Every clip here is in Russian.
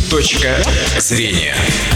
Точка зрения.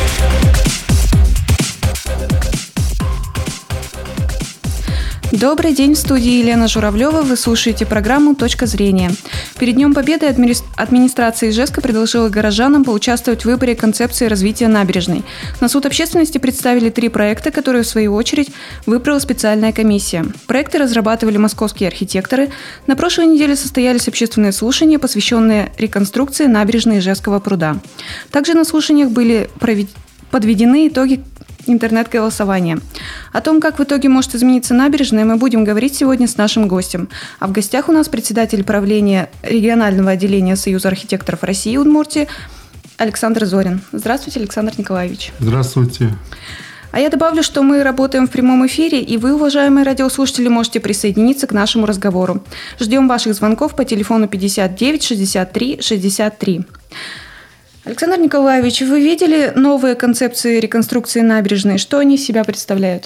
Добрый день, в студии Елена Журавлева. Вы слушаете программу «Точка зрения». Перед Днем Победы администрация Ижевска предложила горожанам поучаствовать в выборе концепции развития набережной. На суд общественности представили 3 проекта, которые, в свою очередь, выбрала специальная комиссия. Проекты разрабатывали московские архитекторы. На прошлой неделе состоялись общественные слушания, посвященные реконструкции набережной Ижевского пруда. Также на слушаниях были подведены итоги интернет-голосования. О том, как в итоге может измениться набережная, мы будем говорить сегодня с нашим гостем. А в гостях у нас председатель правления регионального отделения Союза архитекторов России Удмуртии Александр Зорин. Здравствуйте, Александр Николаевич. Здравствуйте. А я добавлю, что мы работаем в прямом эфире, и вы, уважаемые радиослушатели, можете присоединиться к нашему разговору. Ждем ваших звонков по телефону 59 63 63. Александр Николаевич, вы видели новые концепции реконструкции набережной? Что они из себя представляют?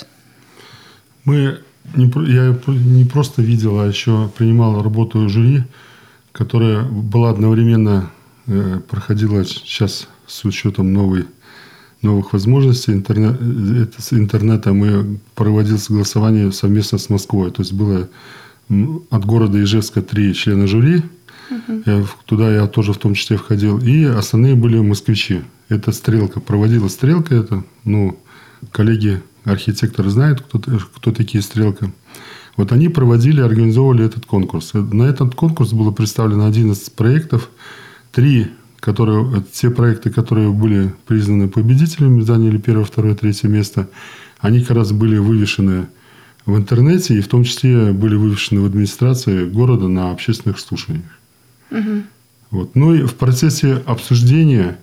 Я не просто видел, а еще принимал работу жюри, которая была одновременно, проходила сейчас с учетом новых возможностей интернета. Мы проводили согласование совместно с Москвой. То есть было от города Ижевска 3 члена жюри. Туда я тоже в том числе входил. И остальные были москвичи. Это стрелка. Проводила стрелка. Это, коллеги-архитекторы знают, кто такие стрелка. Вот они проводили, организовывали этот конкурс. На этот конкурс было представлено 11 проектов. Те проекты, которые были признаны победителями, заняли 1, 2, 3 место, они как раз были вывешены в интернете. И в том числе были вывешены в администрации города на общественных слушаниях. Вот. Ну и в процессе обсуждения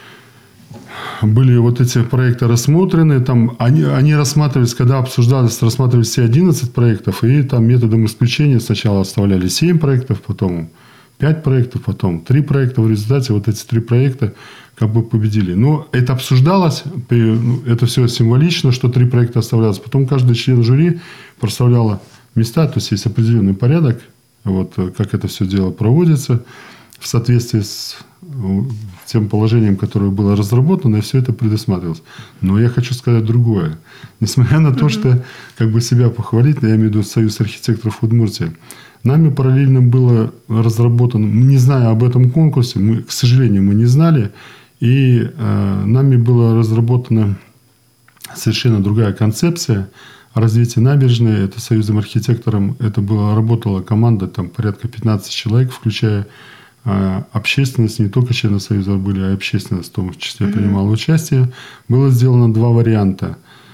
были вот эти проекты рассмотрены. Там они рассматривались, когда рассматривались все 11 проектов, и там методом исключения сначала оставляли 7 проектов, потом 5 проектов, потом 3 проекта. В результате вот эти 3 проекта как бы победили. Но это обсуждалось, это все символично, что 3 проекта оставлялось. Потом каждый член жюри проставлял места, то есть есть определенный порядок. Вот как это все дело проводится в соответствии с тем положением, которое было разработано, и все это предусматривалось. Но я хочу сказать другое. Несмотря на то, что как бы себя похвалить, я имею в виду Союз архитекторов Удмуртии, нами параллельно было разработано, не зная об этом конкурсе, к сожалению, мы не знали, и нами была разработана совершенно другая концепция развитие набережной. Это Союзом архитекторов. Это работала команда, там порядка 15 человек, включая общественность. Не только члены Союза были, а и общественность в том числе принимала участие. Было сделано 2 варианта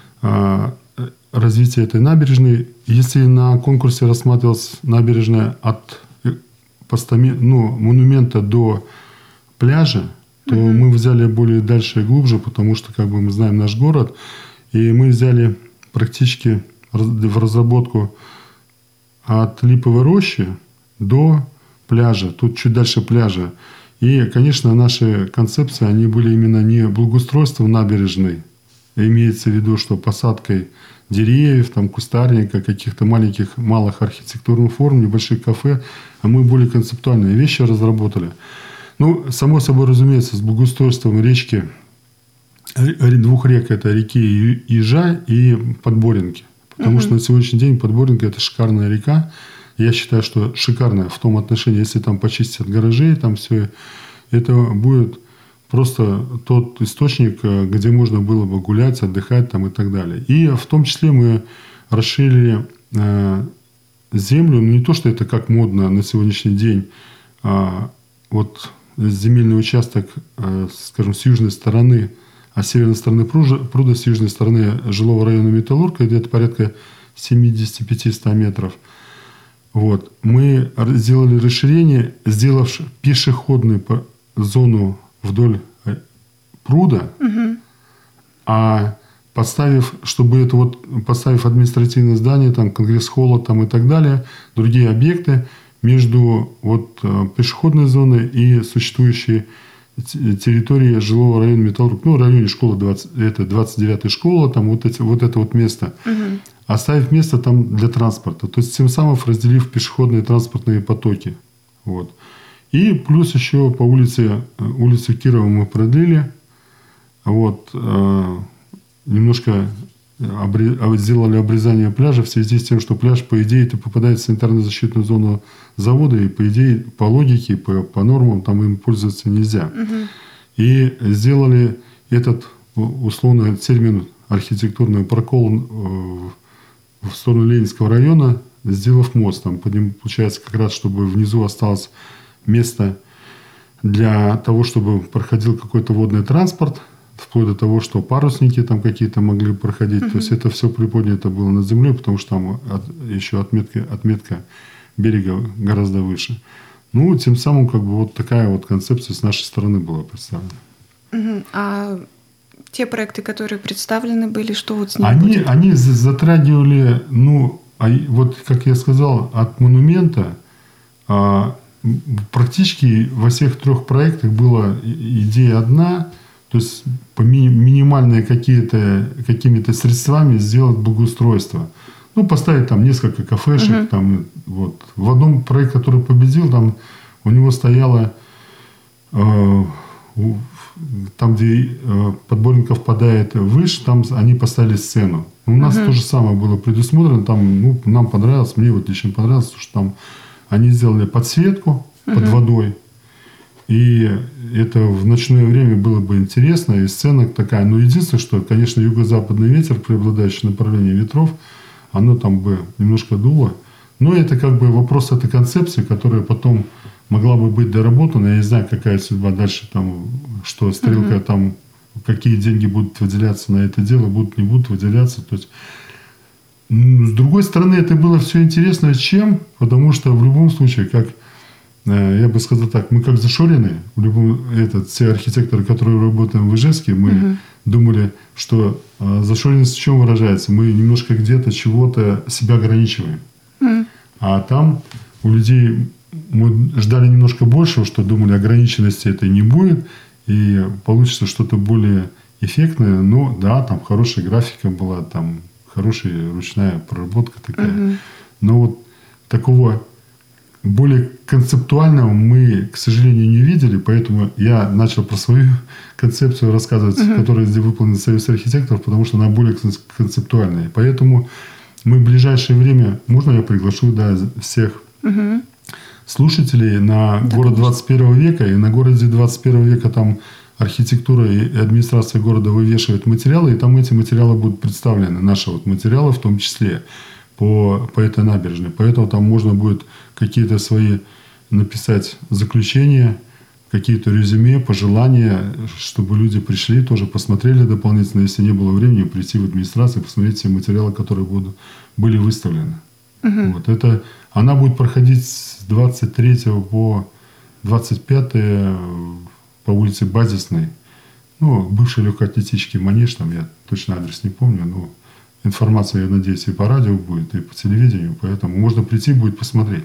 развития этой набережной. Если на конкурсе рассматривалась набережная от монумента до пляжа, то мы взяли более дальше и глубже, потому что мы знаем наш город. И мы взяли практически в разработку от Липовой рощи до пляжа, тут чуть дальше пляжа. И, конечно, наши концепции, они были именно не благоустройством набережной, имеется в виду, что посадкой деревьев, там, кустарника, каких-то малых архитектурных форм, небольших кафе, а мы более концептуальные вещи разработали. Само собой разумеется, с благоустройством речки, 2 рек, это реки Ижа и Подборенки. Потому что на сегодняшний день Подборенка – это шикарная река. Я считаю, что шикарная в том отношении, если там почистить от гаражей, там все, это будет просто тот источник, где можно было бы гулять, отдыхать там и так далее. И в том числе мы расширили землю. Не то, что это как модно на сегодняшний день, вот земельный участок, скажем, с южной стороны, а с северной стороны пруда, с южной стороны жилого района Металлурга, где-то порядка 75-100 метров. Вот. Мы сделали расширение, сделав пешеходную зону вдоль пруда, а поставив административное здание, там, конгресс-холла там, и так далее, другие объекты между пешеходной зоной и существующей территории жилого района Металлург, в районе школы 29-я школа, там это место, оставив место там для транспорта, то есть тем самым разделив пешеходные и транспортные потоки. Вот. И плюс еще по улицу Кирова мы продлили. Вот, немножко сделали обрезание пляжа в связи с тем, что пляж, по идее, это попадает в санитарно-защитную зону завода, и, по идее, по логике, по нормам, там им пользоваться нельзя. И сделали этот, условно, термин архитектурный прокол в сторону Ленинского района, сделав мост. Там под ним, получается, как раз, чтобы внизу осталось место для того, чтобы проходил какой-то водный транспорт, вплоть до того, что парусники там какие-то могли проходить. То есть это все приподнято было над землей, потому что там еще отметка берега гораздо выше. Ну, тем самым, как бы, вот такая вот концепция с нашей стороны была представлена. А те проекты, которые представлены были, что вот с ними будет? Они затрагивали, вот, как я сказал, от монумента практически во всех 3 проектах была идея одна, то есть по минимальные какими-то средствами сделать благоустройство. Поставить там несколько кафешек. Там, вот. В одном проекте, который победил, там у него стояло, там, где Подборников впадает выше, там они поставили сцену. У нас то же самое было предусмотрено. Там, нам понравилось, мне вот лично понравилось, что там они сделали подсветку под водой. И это в ночное время было бы интересно. И сцена такая. Но единственное, что, конечно, юго-западный ветер, преобладающее направление ветров, оно там бы немножко дуло. Но это как бы вопрос этой концепции, которая потом могла бы быть доработана. Я не знаю, какая судьба дальше, там, что стрелка там, какие деньги будут выделяться на это дело, будут, не будут выделяться. То есть, с другой стороны, это было все интересно чем? Потому что в любом случае, как я бы сказал так, мы как зашоренные, все архитекторы, которые работаем в Ижевске, мы думали, что зашоренность в чем выражается? Мы немножко где-то чего-то себя ограничиваем. А там у людей мы ждали немножко большего, что думали, ограниченности этой не будет, и получится что-то более эффектное. Но да, там хорошая графика была, там хорошая ручная проработка такая. Но вот такого более концептуального мы, к сожалению, не видели, поэтому я начал про свою концепцию рассказывать, которая здесь выполнена Союз архитекторов, потому что она более концептуальная. Поэтому мы в ближайшее время, можно я приглашу всех слушателей на город 21 века, и на городе 21 века там архитектура и администрация города вывешивает материалы, и там эти материалы будут представлены, наши вот материалы в том числе, по этой набережной. Поэтому там можно будет какие-то свои написать заключения, какие-то резюме, пожелания, чтобы люди пришли, тоже посмотрели дополнительно, если не было времени, прийти в администрацию, посмотреть все материалы, которые были выставлены. Вот это, она будет проходить с 23 по 25 по улице Базисной. Бывший легкоатлетический манеж, там я точно адрес не помню, но информация, я надеюсь, и по радио будет, и по телевидению, поэтому можно прийти будет посмотреть.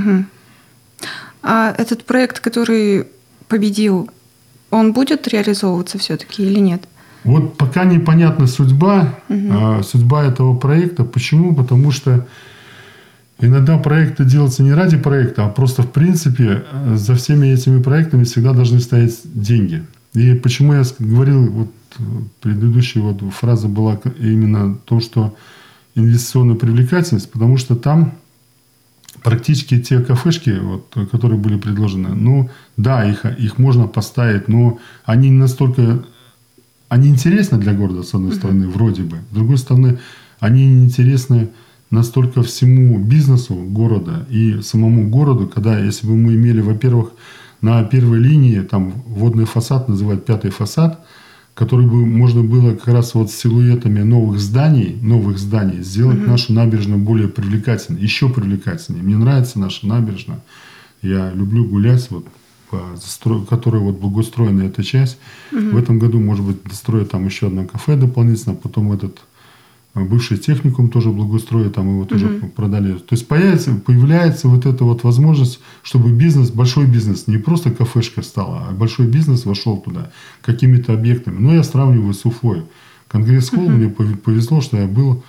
А этот проект, который победил, он будет реализовываться все-таки или нет? Вот пока непонятна судьба этого проекта. Почему? Потому что иногда проекты делаются не ради проекта, а просто в принципе за всеми этими проектами всегда должны стоять деньги. И почему я говорил, вот предыдущая фраза была именно то, что инвестиционная привлекательность, потому что там практически те кафешки, которые были предложены, их можно поставить, но они не настолько... Они интересны для города, с одной стороны, вроде бы. С другой стороны, они не интересны настолько всему бизнесу города и самому городу, когда, если бы мы имели, во-первых, на первой линии там водный фасад, называют 5-й фасад, который бы можно было как раз с силуэтами новых зданий сделать нашу набережную более привлекательной, еще привлекательнее. Мне нравится наша набережная. Я люблю гулять, которая благоустроена эта часть. В этом году, может быть, достроят там еще одно кафе дополнительно, потом этот бывший техникум тоже благоустроят, там его тоже продали. То есть появляется эта возможность, чтобы большой бизнес, не просто кафешка стала, а большой бизнес вошел туда какими-то объектами. Я сравниваю с Уфой. Конгресс-холл, мне повезло, что я был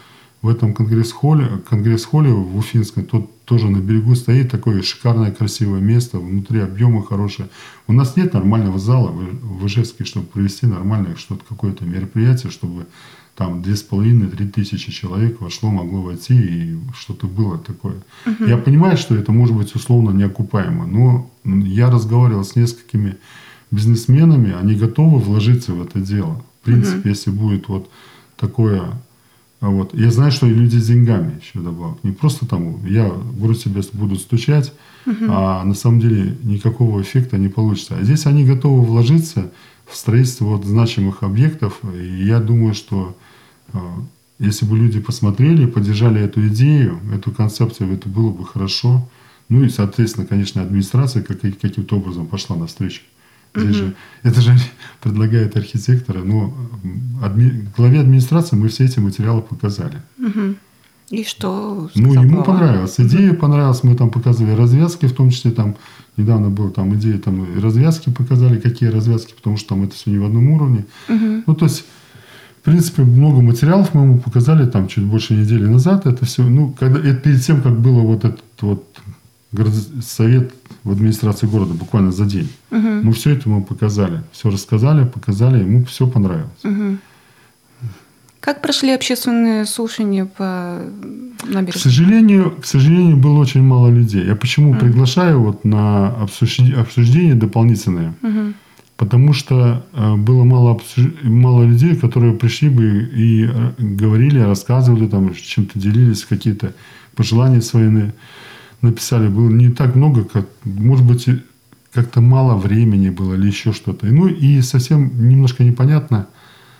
в этом конгресс-холле в Уфимском, тут тоже на берегу стоит такое шикарное, красивое место, внутри объемы хорошие. У нас нет нормального зала в Ижевске, чтобы провести нормальное какое-то мероприятие, чтобы там 2500-3 тысячи человек могло войти, и что-то было такое. Я понимаю, что это может быть условно неокупаемо, но я разговаривал с несколькими бизнесменами, они готовы вложиться в это дело. В принципе, если будет вот такое... Вот. Я знаю, что и люди с деньгами еще добавок. Не просто там, я грудь себе буду стучать, а на самом деле никакого эффекта не получится. А здесь они готовы вложиться в строительство вот значимых объектов. И я думаю, что если бы люди посмотрели, поддержали эту идею, эту концепцию, это было бы хорошо. Ну и, соответственно, конечно, администрация каким-то образом пошла навстречу. Это же предлагает архитекторы, но главе администрации мы все эти материалы показали. И что? Ему понравилось. Идея понравилась. Мы там показывали развязки, в том числе там недавно была там идея, там и развязки показали, какие развязки, потому что там это все не в одном уровне. Ну, то есть, в принципе, много материалов мы ему показали там чуть больше недели назад. Это все, это перед тем, как было вот этот вот совет в администрации города буквально за день. Мы все это ему показали. Все рассказали, показали, ему все понравилось. Как прошли общественные слушания по набережной? К сожалению, было очень мало людей. Я почему приглашаю вот на обсуждение дополнительное? Потому что было мало людей, которые пришли бы и говорили, рассказывали, там, чем-то делились, какие-то пожелания свои написали. Было не так много, как, может быть, как-то мало времени было или еще что-то. Ну и совсем немножко непонятно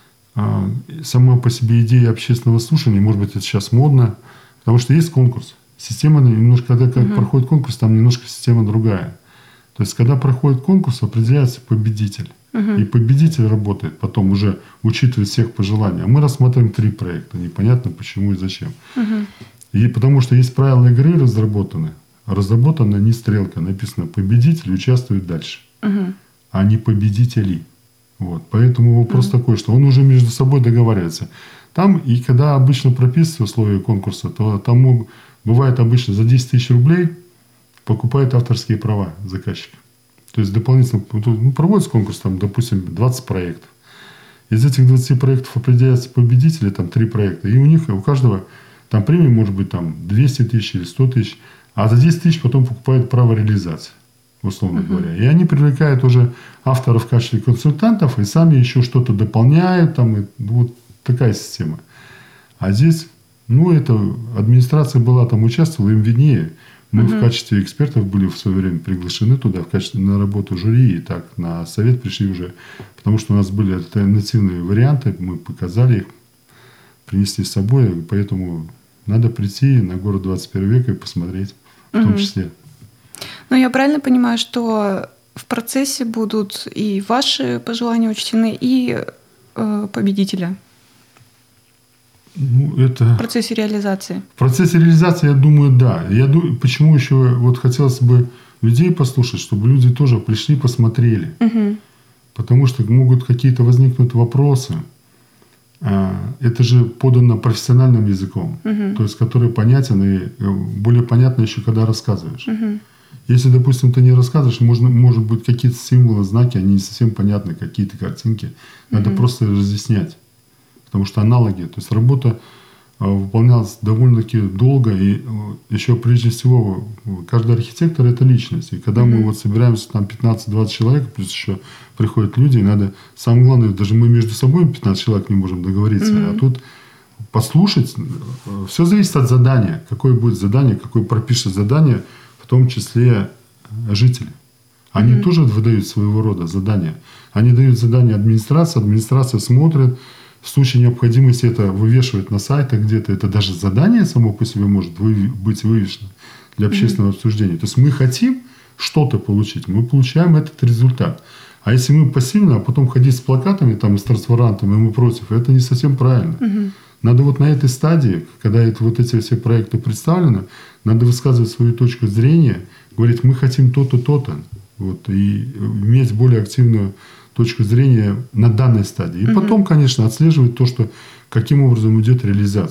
сама по себе идея общественного слушания. Может быть, это сейчас модно, потому что есть конкурс. Система немножко, когда проходит конкурс, там немножко система другая. То есть, когда проходит конкурс, определяется победитель. И победитель работает потом уже, учитывая всех пожеланий. А мы рассматриваем 3 проекта. Непонятно, почему и зачем. И потому что есть правила игры разработаны. Разработана не стрелка. Написано, победитель участвует дальше. А не победители. Вот. Поэтому вопрос такой, что он уже между собой договаривается. Там, и когда обычно прописываются условия конкурса, то там бывает обычно за 10 тысяч рублей покупают авторские права заказчик. То есть дополнительно проводится конкурс, там, допустим, 20 проектов. Из этих 20 проектов определяются победители, там 3 проекта. И у них, у каждого там премия может быть там 200 тысяч или 100 тысяч. А за 10 тысяч потом покупают право реализации, условно говоря. И они привлекают уже авторов в качестве консультантов и сами еще что-то дополняют. Там, и вот такая система. А здесь, это администрация была там, участвовала, им виднее. Мы в качестве экспертов были в свое время приглашены туда, в качестве на работу жюри. И так на совет пришли уже. Потому что у нас были альтернативные варианты. Мы показали их, принесли с собой. Поэтому надо прийти на город 21 века и посмотреть в том числе. Но я правильно понимаю, что в процессе будут и ваши пожелания учтены, и победителя? В процессе реализации. В процессе реализации, я думаю, да. Почему еще вот хотелось бы людей послушать, чтобы люди тоже пришли, посмотрели. Потому что могут какие-то возникнуть вопросы. Это же подано профессиональным языком, то есть который понятен и более понятно еще, когда рассказываешь. Если, допустим, ты не рассказываешь, может быть, какие-то символы, знаки, они не совсем понятны, какие-то картинки. Надо просто разъяснять. Потому что аналоги, то есть работа выполнялась довольно-таки долго. И еще прежде всего, каждый архитектор – это личность. И когда мы вот собираемся, там 15-20 человек, плюс еще приходят люди, и надо, самое главное, даже мы между собой 15 человек не можем договориться. А тут послушать, все зависит от задания. Какое будет задание, какое пропишет задание, в том числе жители. Они тоже выдают своего рода задания. Они дают задания администрации, администрация смотрит. В случае необходимости это вывешивать на сайтах где-то. Это даже задание само по себе может быть вывешено для общественного обсуждения. То есть мы хотим что-то получить, мы получаем этот результат. А если мы пассивно, а потом ходить с плакатами там, и с транспарантами, и мы против, это не совсем правильно. Надо вот на этой стадии, когда вот эти все проекты представлены, надо высказывать свою точку зрения, говорить, мы хотим то-то, то-то. Вот, и иметь более активную точку зрения на данной стадии. И потом, конечно, отслеживать то, что каким образом идет реализация.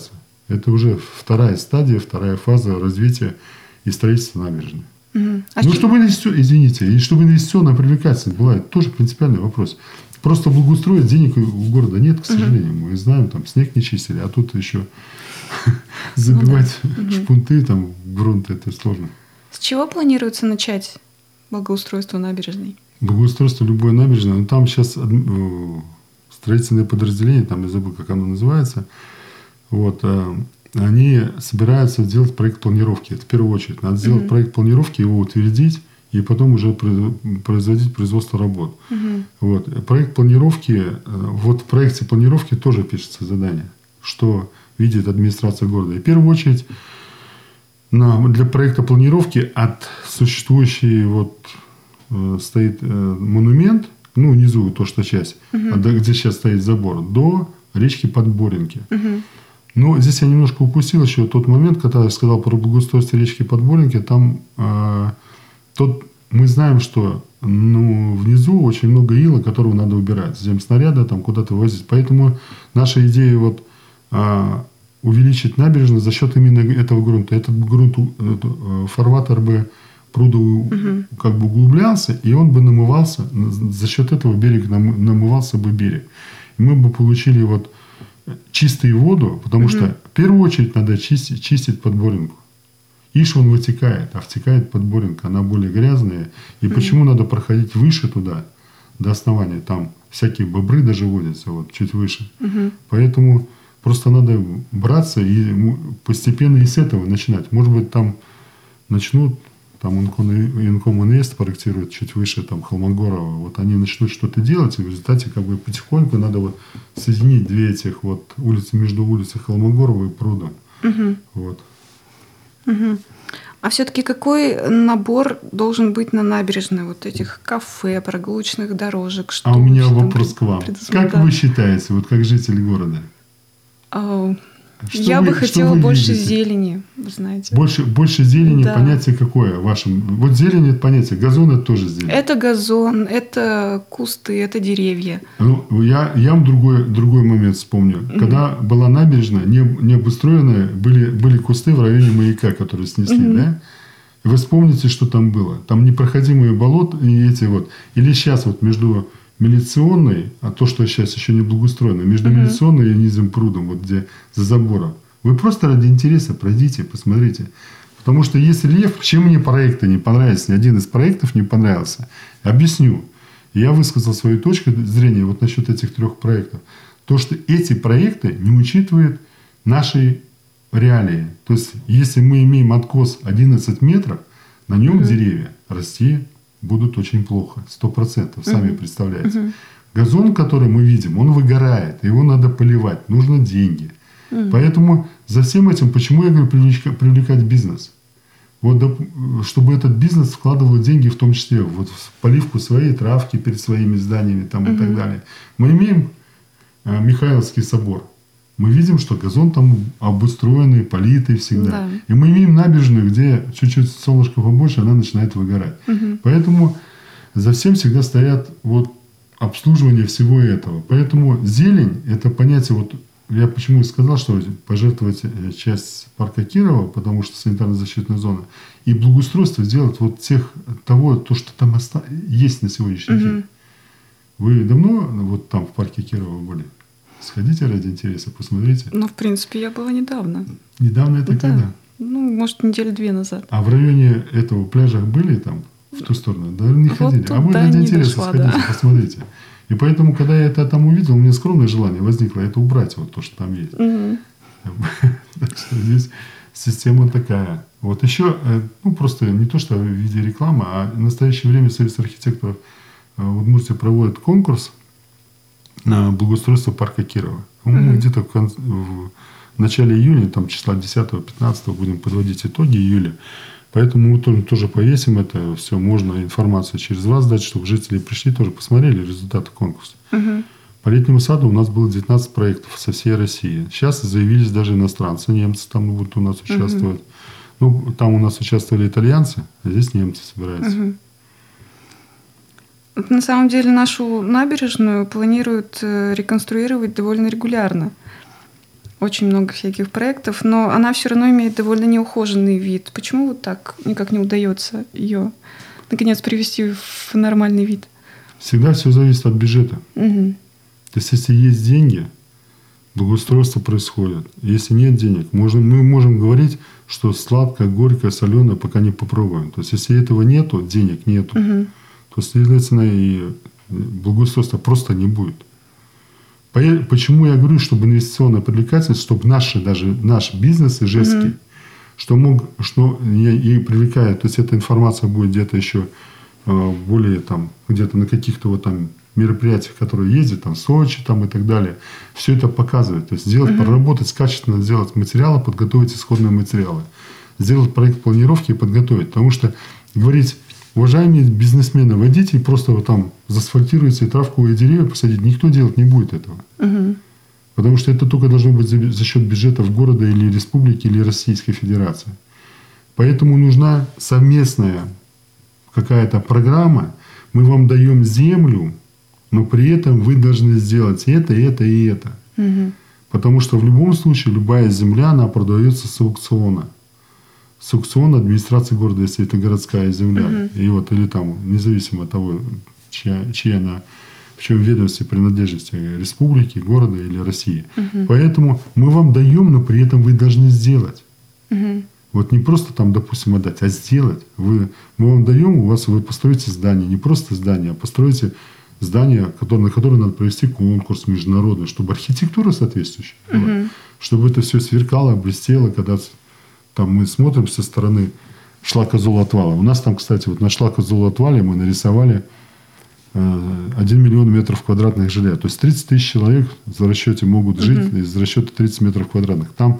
Это уже вторая стадия, вторая фаза развития и строительства набережной. Чтобы инвестиционная привлекательность была, это тоже принципиальный вопрос. Просто благоустроить денег у города нет, к сожалению. Мы знаем, там снег не чистили, а тут еще забивать шпунты, там, грунт, это сложно. С чего планируется начать благоустройство набережной? Благоустройство любой набережной, но там сейчас строительное подразделение, там я забыл, как оно называется, вот, они собираются делать проект планировки. Это в первую очередь. Надо сделать проект планировки, его утвердить, и потом уже производить производство работ. Вот. Проект планировки, вот в проекте планировки тоже пишется задание, что видит администрация города. И в первую очередь для проекта планировки от существующей стоит монумент, внизу то, что часть, где сейчас стоит забор, до речки Подборенки. Но здесь я немножко упустил еще тот момент, когда я сказал про благоустройство речки Подборенки. Там мы знаем, что внизу очень много ила, которого надо убирать. Земснаряда там куда-то возить. Поэтому наша идея увеличить набережную за счет именно этого грунта. Этот грунт, фарватер бы пруда как бы углублялся, и он бы намывался. За счет этого берег намывался бы берег. И мы бы получили чистую воду, потому что в первую очередь надо чистить Подборенку. Ишь он вытекает, а втекает Подборенка, она более грязная. И почему надо проходить выше туда, до основания? Там всякие бобры даже водятся, чуть выше. Поэтому просто надо браться и постепенно и с этого начинать. Может быть, там начнут, там Инком Инвест проектирует чуть выше, там Холмогорова, они начнут что-то делать, и в результате как бы потихоньку надо соединить две этих улицы между улицей Холмогорова и прудом. А все-таки какой набор должен быть на набережной этих кафе, прогулочных дорожек? Что у меня вопрос к вам. Как вы считаете, как житель города? Я бы хотела больше зелени, вы знаете. Больше зелени, да. Понятие какое вашим? Зелень – это понятие, газон – это тоже зелень. Это газон, это кусты, это деревья. Я вам другой момент вспомню. Когда была набережная, не обустроенная, были кусты в районе маяка, которые снесли, да? Вы вспомните, что там было. Там непроходимые болота и Или сейчас между милиционной, а то, что сейчас еще не благоустроено, между милиционной и низом прудом, где за забором. Вы просто ради интереса пройдите, посмотрите. Потому что есть рельеф, чем мне проекты не понравились, ни один из проектов не понравился. Объясню. Я высказал свою точку зрения насчет этих 3 проектов. То, что эти проекты не учитывают наши реалии. То есть, если мы имеем откос 11 метров, на нем деревья расти будут очень плохо, 100%, сами представляете. Газон, который мы видим, он выгорает, его надо поливать, нужно деньги. Поэтому за всем этим, почему я говорю привлекать бизнес? Чтобы этот бизнес вкладывал деньги, в том числе в поливку своей травки перед своими зданиями и так далее. Мы имеем Михайловский собор. Мы видим, что газон там обустроенный, политый всегда. Да. И мы имеем набережную, где чуть-чуть солнышко побольше, она начинает выгорать. Поэтому за всем всегда стоят обслуживание всего этого. Поэтому зелень – это понятие, я почему и сказал, что пожертвовать часть парка Кирова, потому что санитарно-защитная зона, и благоустройство сделать то, что там есть на сегодняшний день. Вы давно там в парке Кирова были? Сходите ради интереса, посмотрите. В принципе, я была недавно. Недавно это когда? Может, 2 недели назад. А в районе этого пляжа были там, в ту сторону? Да, не ходили. А вы ради интереса сходите, посмотрите. И поэтому, когда я это там увидел, у меня скромное желание возникло это убрать, то, что там есть. Так что здесь система такая. Еще, просто не то, что в виде рекламы, а в настоящее время Союз архитекторов в Удмуртии проводит конкурс на благоустройство парка Кирова. Мы где-то в начале июня, числа 10-15 будем подводить итоги июля. Поэтому мы тоже повесим это все. Можно информацию через вас дать, чтобы жители пришли, тоже посмотрели результаты конкурса. По летнему саду у нас было 19 проектов со всей России. Сейчас заявились даже иностранцы, немцы там будут у нас участвовать. Там у нас участвовали итальянцы, а здесь немцы собираются. На самом деле нашу набережную планируют реконструировать довольно регулярно. очень много всяких проектов, но она все равно имеет довольно неухоженный вид. Почему вот так никак не удается ее, наконец, привести в нормальный вид? Всегда все зависит от бюджета. Угу. То есть, если есть деньги, благоустройство происходит. Если нет денег, мы можем говорить, что сладкое, горькое, соленое, пока не попробуем. То есть, если этого нету, денег нету, то, следовательно, и благоустройства просто не будет. Почему я говорю, чтобы инвестиционная привлекательность, чтобы наш бизнес ижевский, что и привлекает, то есть эта информация будет где-то еще более там, где-то на каких-то вот там мероприятиях, которые ездят, там, в Сочи там, и так далее, все это показывает. То есть проработать качественно, сделать материалы, подготовить исходные материалы, сделать проект планировки и подготовить. Потому что говорить, уважаемые бизнесмены, войдите и просто вот там заасфальтируйте и травковые деревья посадить, никто делать не будет этого. Потому что это только должно быть за счет бюджетов города или республики, или Российской Федерации. Поэтому нужна совместная какая-то программа. Мы вам даем землю, но при этом вы должны сделать это, это и это. Потому что в любом случае любая земля, она продается с аукциона. С аукциона администрации города, если это городская земля. И вот, или там, независимо от того, чья она, в чем ведомстве принадлежности республики, города или России. Поэтому мы вам даем, но при этом вы должны сделать. Вот не просто там, допустим, отдать, а сделать. Мы вам даем, вы построите здание. Не просто здание, а построите здание, на которое надо провести конкурс международный, чтобы архитектура соответствующая была. Чтобы это все сверкало, блестело, когда там мы смотрим со стороны шлакозолоотвала. У нас там, кстати, вот на шлакозолоотвале мы нарисовали 1 миллион метров квадратных жилья. То есть 30 тысяч человек в расчете могут жить из расчета 30 метров квадратных. Там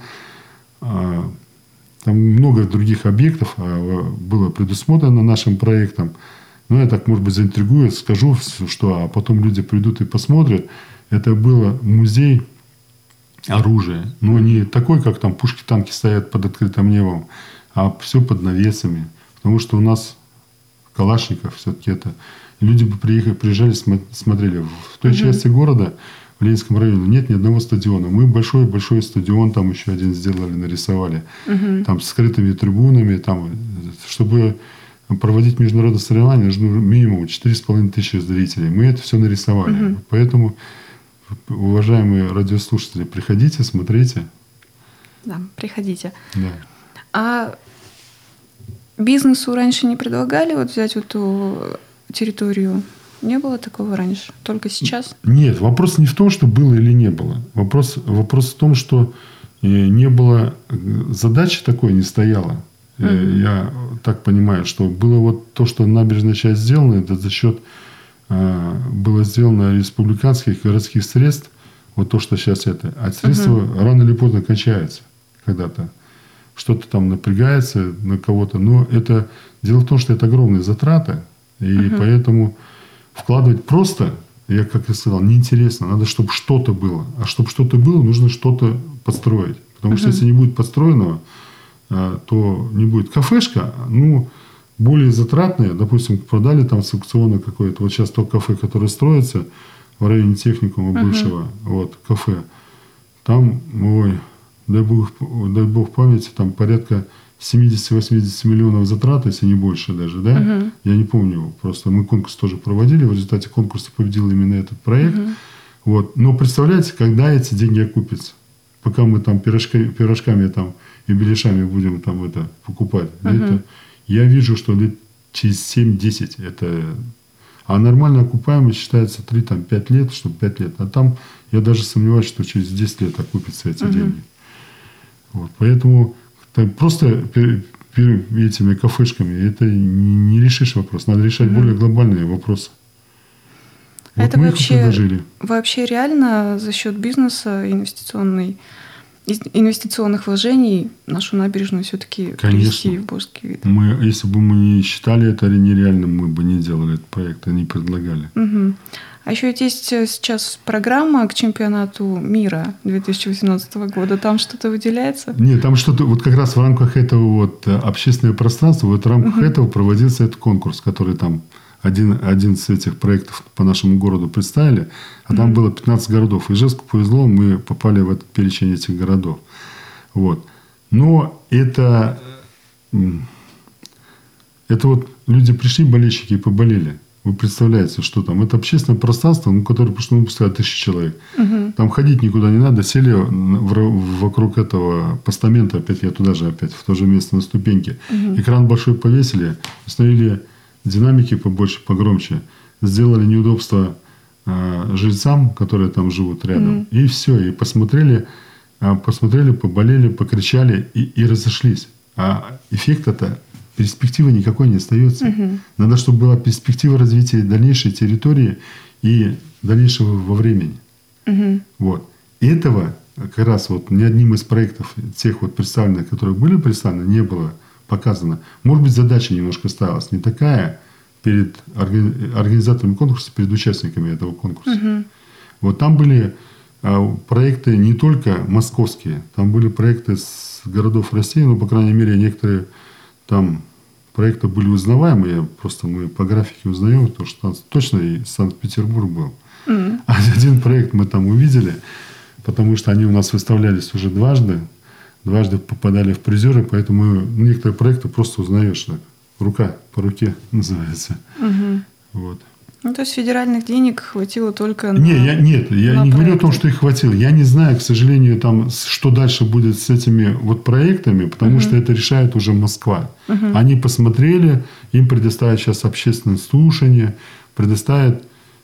много других объектов было предусмотрено нашим проектом. Но я так, может быть, заинтригую, скажу, что а потом люди придут и посмотрят. Это был музей оружия. Но не такой, как там пушки, танки стоят под открытым небом, а все под навесами. Потому что у нас Калашников все-таки это... Люди бы приезжали, смотрели. В той части города, в Ленинском районе, нет ни одного стадиона. Мы большой стадион там еще один сделали, нарисовали. Там с скрытыми трибунами. Там, чтобы проводить международные соревнования, нужно минимум 4,5 тысячи зрителей. Мы это все нарисовали. Поэтому, уважаемые радиослушатели, приходите, смотрите. Да, приходите. Да. А бизнесу раньше не предлагали вот взять вот эту территорию? Не было такого раньше? Только сейчас? Нет, вопрос не в том, что было или не было. Вопрос в том, что не было задачи такой, не стояла. Я так понимаю, что было вот то, что набережная часть сделана, это за счет было сделано республиканских городских средств, вот то, что сейчас это. А средства рано или поздно кончаются когда-то. Что-то там напрягается на кого-то. Но это дело в том, что это огромные затраты. И поэтому вкладывать просто, я как и сказал, неинтересно. Надо, чтобы что-то было. А чтобы что-то было, нужно что-то подстроить. Потому что если не будет подстроенного, то не будет кафешка, более затратная. Допустим, продали там с аукциона какое-то. Вот сейчас то кафе, которое строится в районе техникума бывшего, вот, кафе. Там, дай бог памяти, там порядка 70-80 миллионов затрат, если не больше даже, да? Я не помню. Просто мы конкурс тоже проводили. В результате конкурса победил именно этот проект. Вот. Но представляете, когда эти деньги окупятся? Пока мы там пирожками там, и беляшами будем там это покупать. Это, я вижу, что лет через 7-10 это... А нормальная окупаемость считается 3-5 лет, чтобы 5 лет. А там я даже сомневаюсь, что через 10 лет окупятся эти деньги. Вот. Поэтому просто этими кафешками это не решишь вопрос. Надо решать более глобальные вопросы. Вот это мы вообще реально за счет бизнеса инвестиционных вложений нашу набережную все-таки привести в божеский вид? Если бы мы не считали это нереальным, мы бы не делали этот проект, не предлагали. А еще есть сейчас программа к чемпионату мира 2018 года. Там что-то выделяется? Нет, там что-то вот как раз в рамках этого вот общественного пространства, вот в рамках этого проводился этот конкурс, который там 11 этих проектов по нашему городу представили, а там было 15 городов. И Ижевску повезло, мы попали в этот перечень этих городов. Вот. Но это вот люди пришли, болельщики, и поболели. Вы представляете, что там? Это общественное пространство, которое пускает 1000 человек. Там ходить никуда не надо. Сели вокруг этого постамента, опять я туда же, опять в то же место на ступеньке. Экран большой повесили, установили динамики побольше, погромче. Сделали неудобства жильцам, которые там живут рядом. И все. И посмотрели, поболели, покричали и разошлись. А эффект-то... Перспективы никакой не остается. Надо, чтобы была перспектива развития дальнейшей территории и дальнейшего во времени. Вот. И этого как раз вот ни одним из проектов, тех вот представленных, которые были представлены, не было показано. Может быть, задача немножко ставилась не такая перед организаторами конкурса, перед участниками этого конкурса. Вот там были проекты не только московские, там были проекты с городов России, но, по крайней мере, некоторые там проекты были узнаваемые, мы по графике узнаем, потому что там точно и Санкт-Петербург был. Один проект мы там увидели, потому что они у нас выставлялись уже дважды попадали в призеры, поэтому некоторые проекты просто узнаешь. Рука по руке называется. Вот. Ну, то есть федеральных денег хватило только на... Я не говорю о том, что их хватило. Я не знаю, к сожалению, там, что дальше будет с этими вот проектами, потому что это решает уже Москва. Они посмотрели, им предоставят сейчас общественное слушание, представят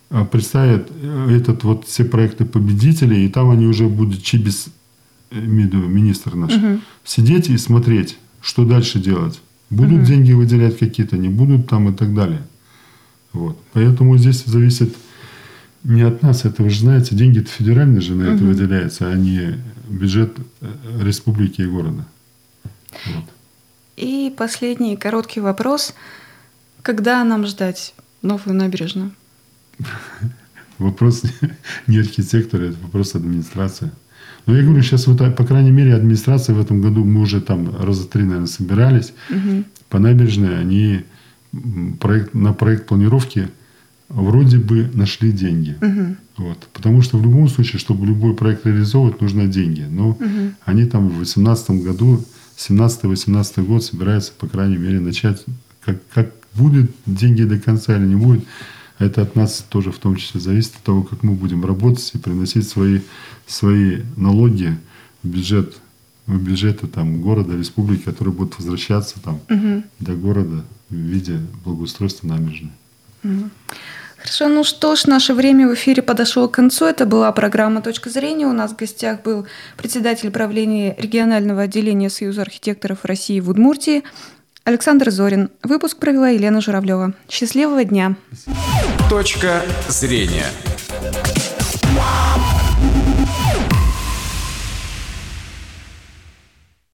все проекты победителей, и там они уже будут, Чибис, министр наш, сидеть и смотреть, что дальше делать. Будут деньги выделять какие-то, не будут там и так далее. Вот. Поэтому здесь зависит не от нас. Это вы же знаете, деньги-то федеральные же на это выделяются, а не бюджет республики и города. Вот. И последний короткий вопрос. Когда нам ждать новую набережную? Вопрос не архитектора, это вопрос администрации. Но я говорю, сейчас, по крайней мере, администрация в этом году, мы уже там раза 3, наверное, собирались. По набережной они... на проект планировки вроде бы нашли деньги. Вот. Потому что в любом случае, чтобы любой проект реализовывать, нужны деньги. Но они там в 2018 году, 17-18 год собираются, по крайней мере, начать. Как будет деньги до конца или не будет, это от нас тоже в том числе зависит от того, как мы будем работать и приносить свои налоги в бюджеты там, города, республики, которые будут возвращаться там, до города в виде благоустройства набережной. Хорошо, ну что ж, наше время в эфире подошло к концу. Это была программа «Точка зрения». У нас в гостях был председатель правления регионального отделения Союза архитекторов России в Удмуртии Александр Зорин. Выпуск провела Елена Журавлева. Счастливого дня! «Точка зрения».